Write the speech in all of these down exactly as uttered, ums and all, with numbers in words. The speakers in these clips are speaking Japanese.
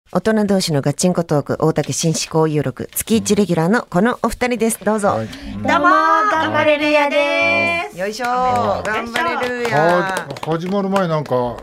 大人同士のガッチンコトーク、大竹紳士交友録、月いちレギュラーのこのお二人です。どうぞ、はい、 どうも頑張れるやです。 よいしょー、頑張れるや。 始まる前なんか、はい、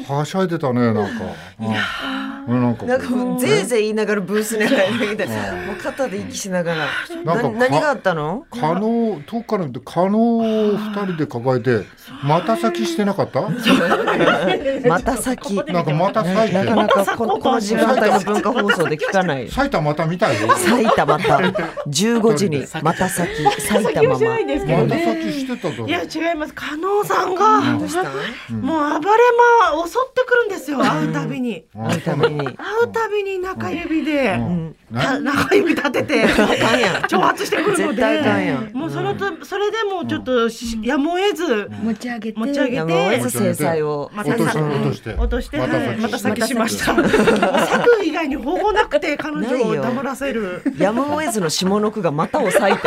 はしゃいでたね。なんかいやなんかなんかもうぜいぜい言いながらブースに入るみたいな、もう肩で息しながらな何があったの？ 可能遠くから見て可能をふたりで抱えて股先してなかった？ 股先なんか股咲いて、 なかなかこの、この時間帯の文化放送で聞かない。 咲いた股みたいよ。 咲いた股じゅうごじに股先咲いたまま股先してたと。 いや違います。加納さんが、うん、もう暴れま襲ってくるんですよ。会うたびに、 うん、会うたびに会うたびに中指で、うん、中指立てて挑発してくるので、もうそのとそれでもちょっとやむを得ず持ち上げて持ち上げてやむを得ず制裁を落として落としてまた先しました。咲く以外に方法なくて彼女を黙らせる。 やむを得ずの下の句が股を咲いて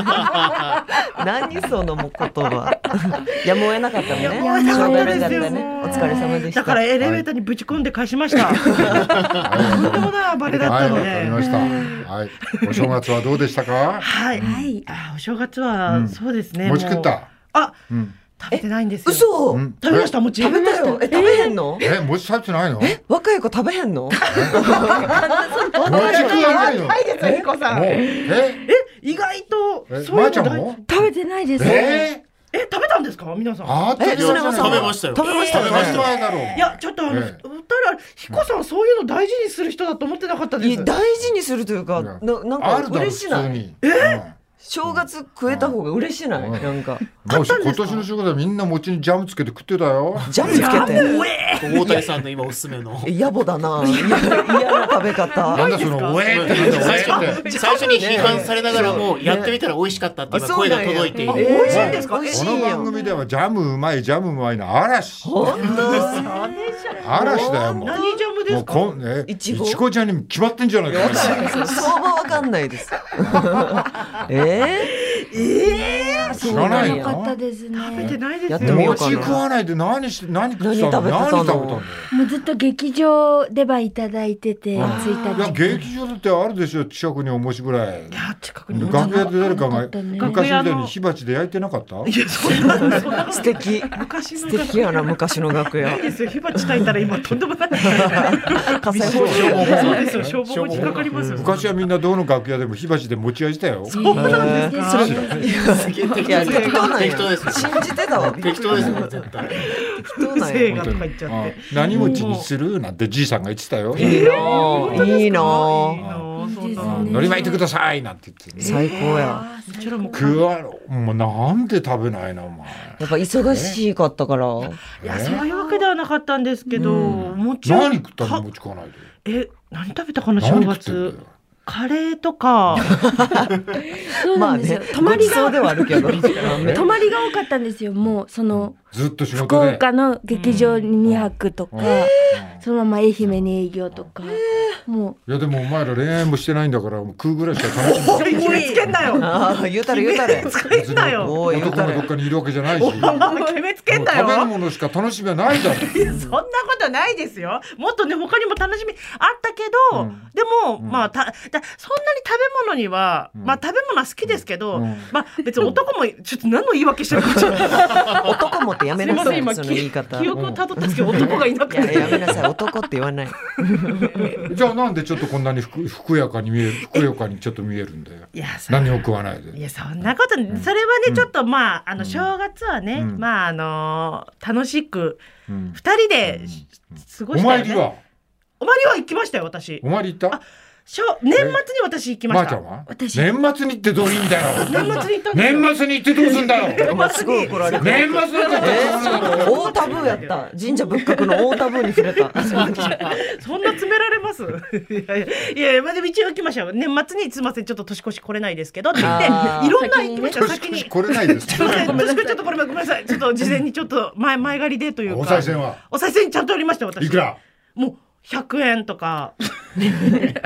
何そのも言葉。やむを得なかったのね。 やむを得なかったですよ。 お疲れ様でした。 だからエレベーターにぶち込んで返しました。とんでもない暴れだったので。 はい、わかりました。はい。お正月はどうでしたか？ はい。はい、あ、お正月はそうですね。 餅食った？ あ、食べてないんですよ。 嘘？ 食べました？餅。 食べたよ。え、食べへんの？ え、餅食べてないの？ え、若い子食べへんの？ 餅食わないの？ ないですよ、ひこさん。え、意外とまーちゃんも食べてないです。 え、え、食べたんですか皆さん？ あー、 それは食べましたよ。 食べましたよ。 いや、ちょっとあのひこさんそういうの大事にする人だと思ってなかったです。 大事にするというか、ななんか嬉しない。え？正月食えた方が嬉しない？なんか今年の正月はみんな餅にジャムつけて食ってたよ。 ジャムつけて。 大谷さんの今おすすめの。 野暮だな。嫌な食べ方。 なんだそのおえって最初に批判されながらもやってみたら美味しかったって今声が届いている。 美味しいんですか？ この番組ではジャムうまいジャムうまいの嵐。 本当？ 嵐だよもう。 何ジャムですか？ いちごちゃんに決まってんじゃないか。 相場わかんないです。えええ知らないよ。 食べてないです。 やってみようかな。 餅食わないで何して何食ってたの？何食べたの？ もうずっと劇場でばいただいてて着いたり。 いや劇場だってあるでしょ、近くにお餅ぐらい。 いや近くに楽屋で誰かが昔みたいに火鉢で焼いてなかった？ いやそんな素敵。 昔の素敵やな昔の楽屋。 いいですよ、火鉢炊いたら今とんでもない。 火災報消防そうですよ、消防も引っかかりますよ。 昔はみんなどの楽屋でも火鉢で持ち焼いてたよ。 そうなんですか？ いや適当なんや。信じてたわ。 適当ですよ絶対。 適当なん性がとか言っちゃって。 何餅にするなんてじいさんが言ってたよ。 いいな、いいな。 のり巻いてくださいなんて言って。 最高や。 食わもうなんで食べないのお前。 やっぱ忙しかったから。 いやそういうわけではなかったんですけど、餅何食ったの？餅食わないで。 え、何食べたかな正月。カレーとかそうなんですよ。泊まりがそうではあるけど泊まりが多かったんですよ。もうそのずっと仕事福で岡の劇場ににはくとか、そのまま愛媛に営業とか。もういやでもお前ら恋愛もしてないんだから食うぐらいしか楽しみない。 決めつけんなよ。 ああ言うたれ言うたれ。 決めつけんなよ。 男がどっかにいるわけじゃないし。 決めつけんなよ。 食べるものしか楽しみはないだろ。 そんなことないですよ。もっとね他にも楽しみあったけど、でもまあただそんなに食べ物にはまあ食べ物は好きですけど、まあ別に男もちょっと何の言い訳してるか。 男もってやめなさい。その言い方。 記憶をたどったんですけど男がいなくて。 やめなさい。男って言わない。 じゃあなんでちょっとこんなにふくふくやかに見える、ふくよかにちょっと見えるんだよ。 いや何を食わないで。 いやそんなこと、うん、それはねちょっとまああの正月はね、うん、まああのー、楽しく二人で過ごしたよね。お参りは？お参りは行きましたよ私。 お参り行った？ 年末に私行きました。 まーちゃんは？年末に行ってどういいんだよ。 年末に行ったんですよ。 年末に行ってどうすんだよ。 年末に怒られて。 年末に行ってどうすんだよ。 大タブーやった。神社仏閣の大タブーに触れた。 そんな詰められます？いやいやいや、まあ、でも一応行きましたよ。年末にすみませんちょっと年越し来れないですけどって言っていろんな行きました。先に来れないです。 すみません年越しちょっとこれごめんなさい。ちょっと事前にちょっと前前借りでというか。 お賽銭は？お賽銭ちゃんとありました私。 いくら？ もうひゃくえんとか。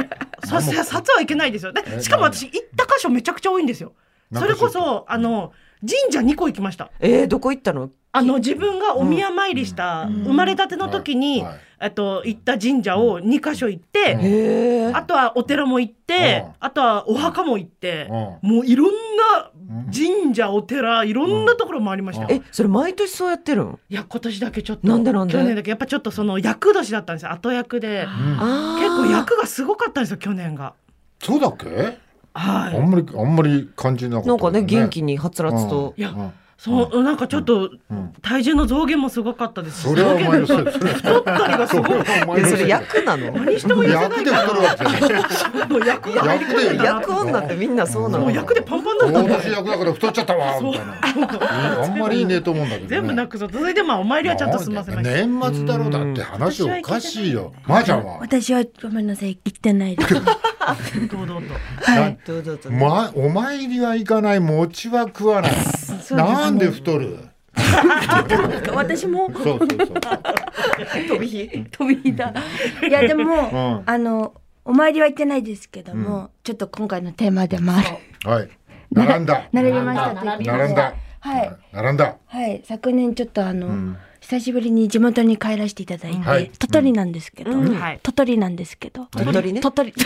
さ札はいけないですよ。でしかも私行った箇所めちゃくちゃ多いんですよ。それこそあの神社にこ行きました。 えー、どこ行ったの？ あの自分がお宮参りした、うん、生まれたての時に、はいはい、えっと行った神社をにかしょ行って、うん、あとはお寺も行って、うん、あとはお墓も行って、うん、もういろんな神社お寺いろんなところ回りました、 うん、えそれ毎年そうやってるの？ いや今年だけちょっとなんでなんで去年だけやっぱちょっとその厄年だったんですよ。後役で、うん、結構役がすごかったんですよ去年が。 そうだっけ？ はい、 あんまりあんまり感じなかった、ね、 なんかね元気にはつらつと、 うん、いや、うんそう、なんかちょっと体重の増減もすごかったです。 それはお前のせい。 太ったりがすごい。 それ役なの？ 何しても痩せないから。 役で太るわけじゃない。 役で役女ってみんなそうなの。 役でパンパンだった。 私役だから太っちゃったわみたいな。あんまりいいねと思うんだけどね。 全部なくそう。それでまあお参りはちゃんと済ませました。 年末だろうだって話おかしいよ。まーちゃんは？ 私はごめんなさい言ってないです。 堂々と。 はい。 堂々と。 まお参りは行かない、餅は食わない。なんで太る？ 私もそうそうそう飛び火飛び火だ。いやでも、うん、あのお参りは行ってないですけども、うん、ちょっと今回のテーマでもある。 はい並んだ並びました並んだはい並んだはい昨年ちょっとあの、うん、久しぶりに地元に帰らせていただいて、はい、鳥取なんですけど、うんはい、鳥取なんですけど鳥取ね鳥取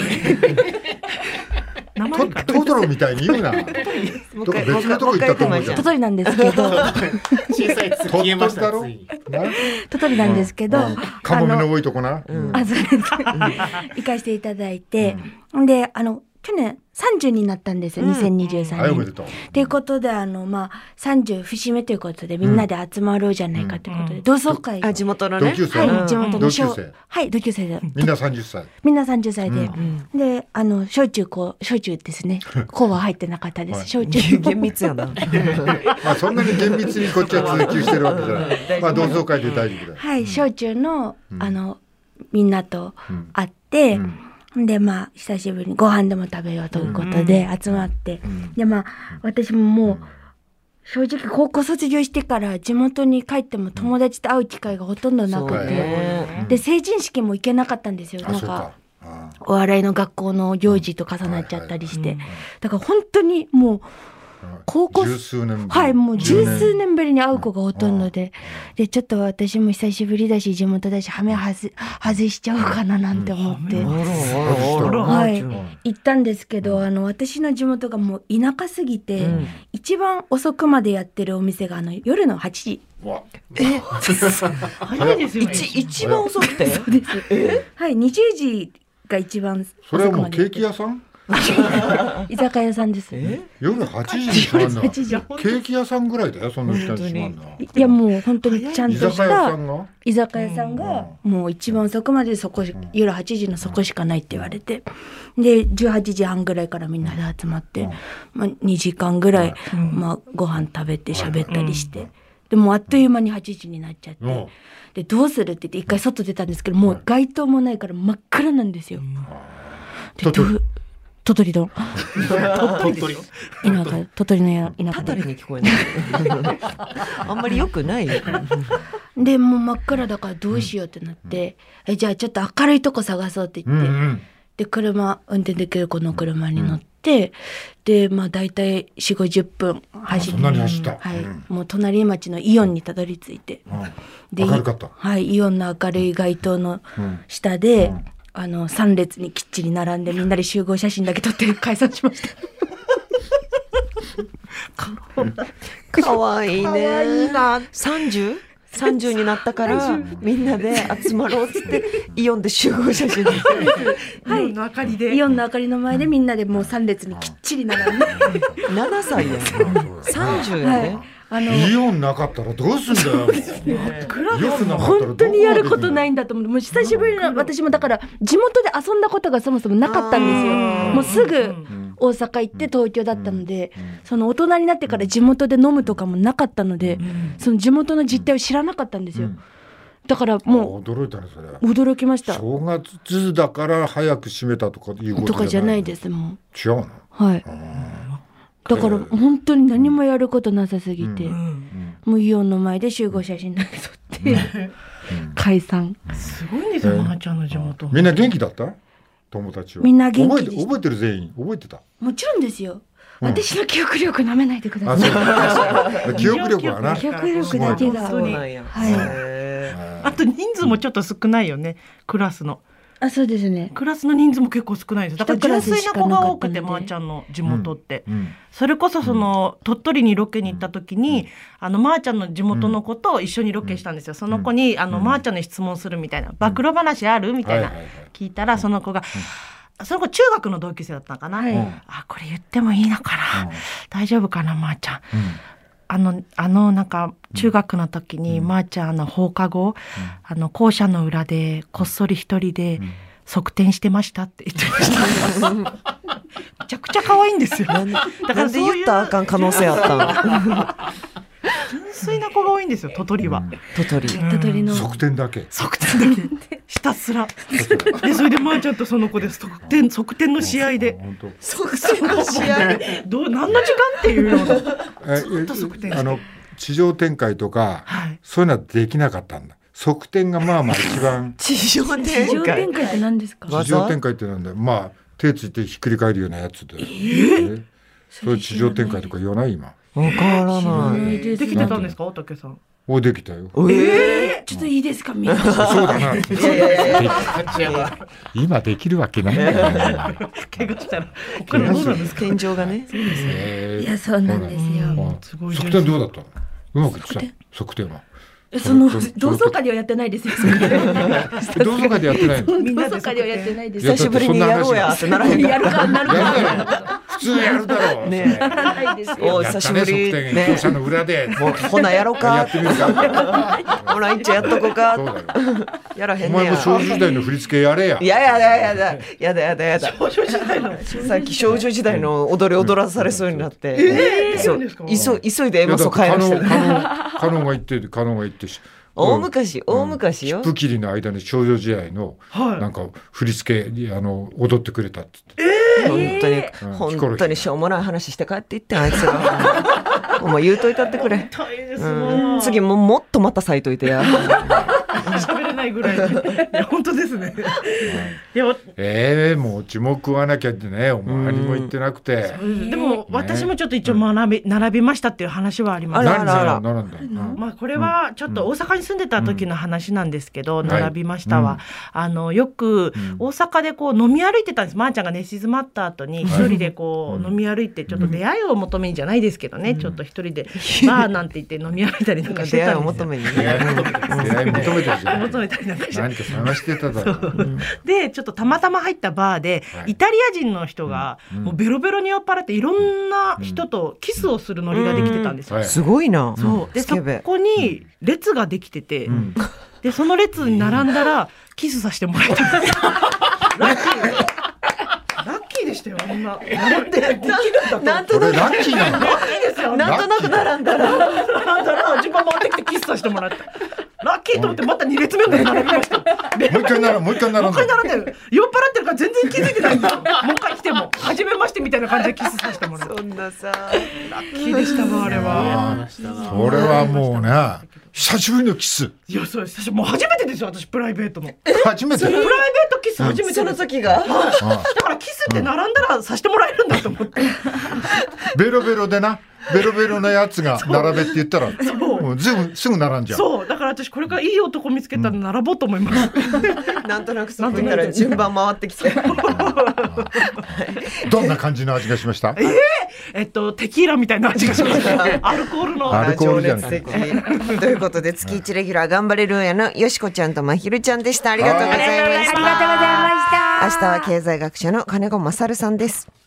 トトロみたいに言うな。どこ別のとこ行ったと思うじゃん。 鳥取なんですけど。 小さいつ消えましたついに。 鳥取なんですけど。 カモメの多いとこな。 あ、そうです。行かせていただいて、で、あの去年さんじゅうになったんですよ、にせんにじゅうさんねん。 おめでとう。 ということであのまあさんじゅう節目ということでみんなで集まろうじゃないかということで同窓会。 あ地元のね。 同級生。 はい地元の同級生。 はい同級生で。 みんなさんじゅっさい。 みんなさんじゅっさいでであの焼酎こう焼酎ですね。こうは入ってなかったです。焼酎。 厳密やな。 まあそんなに厳密にこっちは追求してるわけじゃない。まあ同窓会で大丈夫だ。 はい焼酎のあのみんなと会って。でまあ久しぶりにご飯でも食べようということで集まって、うん、でまあ私ももう正直高校卒業してから地元に帰っても友達と会う機会がほとんどなくて、で成人式も行けなかったんですよ。なんかお笑いの学校の行事と重なっちゃったりして、だから本当にもう高校十数年ぶりはいもう十数年ぶりに会う子がほとんどで、でちょっと私も久しぶりだし地元だしハメ外外しちゃおうかななんて思って、はい行ったんですけど、あの私の地元がもう田舎すぎて、うん、一番遅くまでやってるお店があの夜のはちじ。 え早いですよね。 一一番遅くて。 そうです。えはいにじゅうじが一番遅くまで。 それはもうケーキ屋さん？ 居酒屋さんです。 夜はちじに閉まるの。ケーキ屋さんぐらいだよそんな時間に閉まるの。 いやもう本当にちゃんとした居酒屋さんがうんもう一番遅くまでそこ、うん、夜はちじのそこしかないって言われて、でじゅうはちじはんぐらいからみんなで集まって、うんまあ、にじかんぐらい、うんまあ、ご飯食べて喋ったりして、うん、でもあっという間にはちじになっちゃって、うん、でどうするって言って一回外出たんですけど、もう街灯もないから真っ暗なんですよ。でどう鳥取の鳥取田舎鳥取の田舎でに聞こえないあんまり良くないでもう真っ暗だからどうしようってなって、うん、えじゃあちょっと明るいとこ探そうって言って、うんうん、で車運転できる子の車に乗って、うん、でまあ大体 よんじゅうごじゅっぷん走って、はい、うん、もう隣町のイオンにたどり着いて、 うん、 で明るかった、 はい、イオンの明るい街灯の下で、うんうんあのさん列にきっちり並んでみんなで集合写真だけ撮って解散しましたかわいいね。さんじゅう さんじゅうになったからみんなで集まろうっつってイオンで集合写真ですはい、イオンの明かりでイオンの明かりの前でみんなでもうさん列にきっちり並んでななさいやんさんじゅうやね、はいあのイオンなかったらどうすんだよ本当にやることないんだと思う。もう久しぶりの私もだから地元で遊んだことがそもそもなかったんですよ。もうすぐ大阪行って東京だったので、その大人になってから地元で飲むとかもなかったので、その地元の実態を知らなかったんですよ。だからもう驚いたねそれ。 驚きました。 正月だから早く閉めたとかいうこととかじゃないです。もう違うの。 はい。だから本当に何もやることなさすぎて、うん、もうイオンの前で集合写真だけ撮って、うん、解散。 すごいんですよ、まーちゃんの地元。 みんな元気だった？友達は。 みんな元気でした。 覚えて、覚えてる全員覚えてた？ もちろんですよ。 私の記憶力舐めないでくだあ、 さい。 そうかそうか記憶力はな。 記憶力だけが。 そうなんや。 はいへーあと人数もちょっと少ないよね、クラスの。 あ、そうですね。 クラスの人数も結構少ないです。だから純粋な子が多くて、 一クラスしかなかったのでまーちゃんの地元って。 うんそれこそその、鳥取にロケに行った時に、あのまーちゃんの地元の子と一緒にロケしたんですよ。その子にあのまーちゃんに質問するみたいな、暴露話あるみたいなはいはいはい聞いたら、その子が、その子中学の同級生だったのかな。 はいあ、これ言ってもいいのかな、 うん大丈夫かなまーちゃん。 うんあの、あの、なんか、中学の時に、まーちゃん、あの、放課後、あの、校舎の裏で、こっそり一人で、側転してましたって言ってました。めちゃくちゃ可愛いんですよ。 なんでだなんで言ったらあかん可能性あったん純粋な子が多いんですよ、鳥取は。 鳥取。 鳥取の。 側転だけ。 側転だけ。ひたすら。で、それでまーちゃんとその子で側転、側転の試合で。 本当。 即戦の試合。 どう、何の時間っていうような。 えずっと側転してあの地上展開とか、 はいそういうのはできなかったんだ。側転がまあまあ一番地上展地上開展開って何ですか。 わ地上展開ってなんだよ。まあ手ついてひっくり返るようなやつで。えーそういう地上展開とか言わない今。 わからない。 できてたんですか、大竹さん。 おできたよ。 えちょっといいですか、みんな。 そうだな。 えいやいやいやいや。 今できるわけないんだよ。 怪我したら、ここからどうなんですか。 天井がね。 えーいや、そうなんですよ。 あすごい側転どうだったの？うまくいってた？側転は。 その同窓会ではやってないですよ。それ同窓会でやってないの？ 同窓会ではやってないです。 久しぶりにやろうやってならへんかやるかなるやるか。 だろ。普通やるだろう。 ねないですおよ。 やった久しぶりね側転校舎の裏で。 もうほなやろうやかってみるか。 ほら一応やっとこうかそうだよ。 やらへおんねや前も少女時代の振り付けやれや。 いややだやだやだやだやだ少女時代の。 さっき少女時代の踊り踊らされそうになってそう急急いでエマソ帰らしてるカノカノが言ってカノが言ってし大昔大昔よプキリの間に少女時代のはいなんか振り付けあの踊ってくれたって本当にうん本当にしょうもない話して帰っていってあいつらお前言うといたってくれ大変ですうんも次ももっとまた咲いといてや喋れないぐらい。いや、本当ですね。いや、 ええもう血も食わなきゃってねお前にも言ってなくてでも、私もちょっと一応学び、並びましたっていう話はあります。 あら何ならならんだうんまあ、これはちょっと大阪に住んでた時の話なんですけど、 ん並びましたわ、 はいあのよくうん大阪でこう飲み歩いてたんです。まーちゃんが寝静まった後に一人でこう飲み歩いてちょっと出会いを求めにじゃないですけどね、ちょっと一人でバーなんて言って飲み歩いたりなんかして出会いをたんですよ。 求めに出会い出会い求めてるじゃん求めたりなんかして何か探してただろうでちょっとたまたま入ったバーで、 はいイタリア人の人がうんもうベロベロに酔っ払っていろんな人とキスをするノリができてたんですよ。 はいすごいなそうでそスケベこに列ができてて、 うんでその列に並んだらキスさせてもらえたんですよ。ラッキーラッキーでしたよあんな。並んでできるんだとなんとなこれラッキーなのラッキーですよ。 なんとなく並んだら並んだら順番回ってきてキスさせてもらった。ラッキーと思ってまたに列目まで並びました。 もう一回ならもう一回並もう一回んだ並んでる酔っ払ってるから全然気づいてないんですよ。もう一回来ても初めましてみたいな感じでキスさせてもらった。 そんなさラッキーでしたわあれは。 あーそれはもうね久しぶりのキスいやそうです。もう初めてですよ私プライベートの。 初めてプライベートキス初めてそのです。 時があだからキスって並んだらさせてもらえるんだと思って。 ベロベロでなベロベロなやつが並べって言ったらうもうすぐすぐ並んじゃうそうだから私これからいい男見つけたら並ぼうと思います。 なんとなくそこ行ったら順番回ってきてどんな感じの味がしましたえっとテキーラみたいな味がしました。アルコールの。 アルコールじゃない情熱的ということで月一レギュラー頑張れるんやのよしこちゃんとまひるちゃんでした。ありがとうございました。 ありがとうございました。 明日は経済学者の金子勝さんです。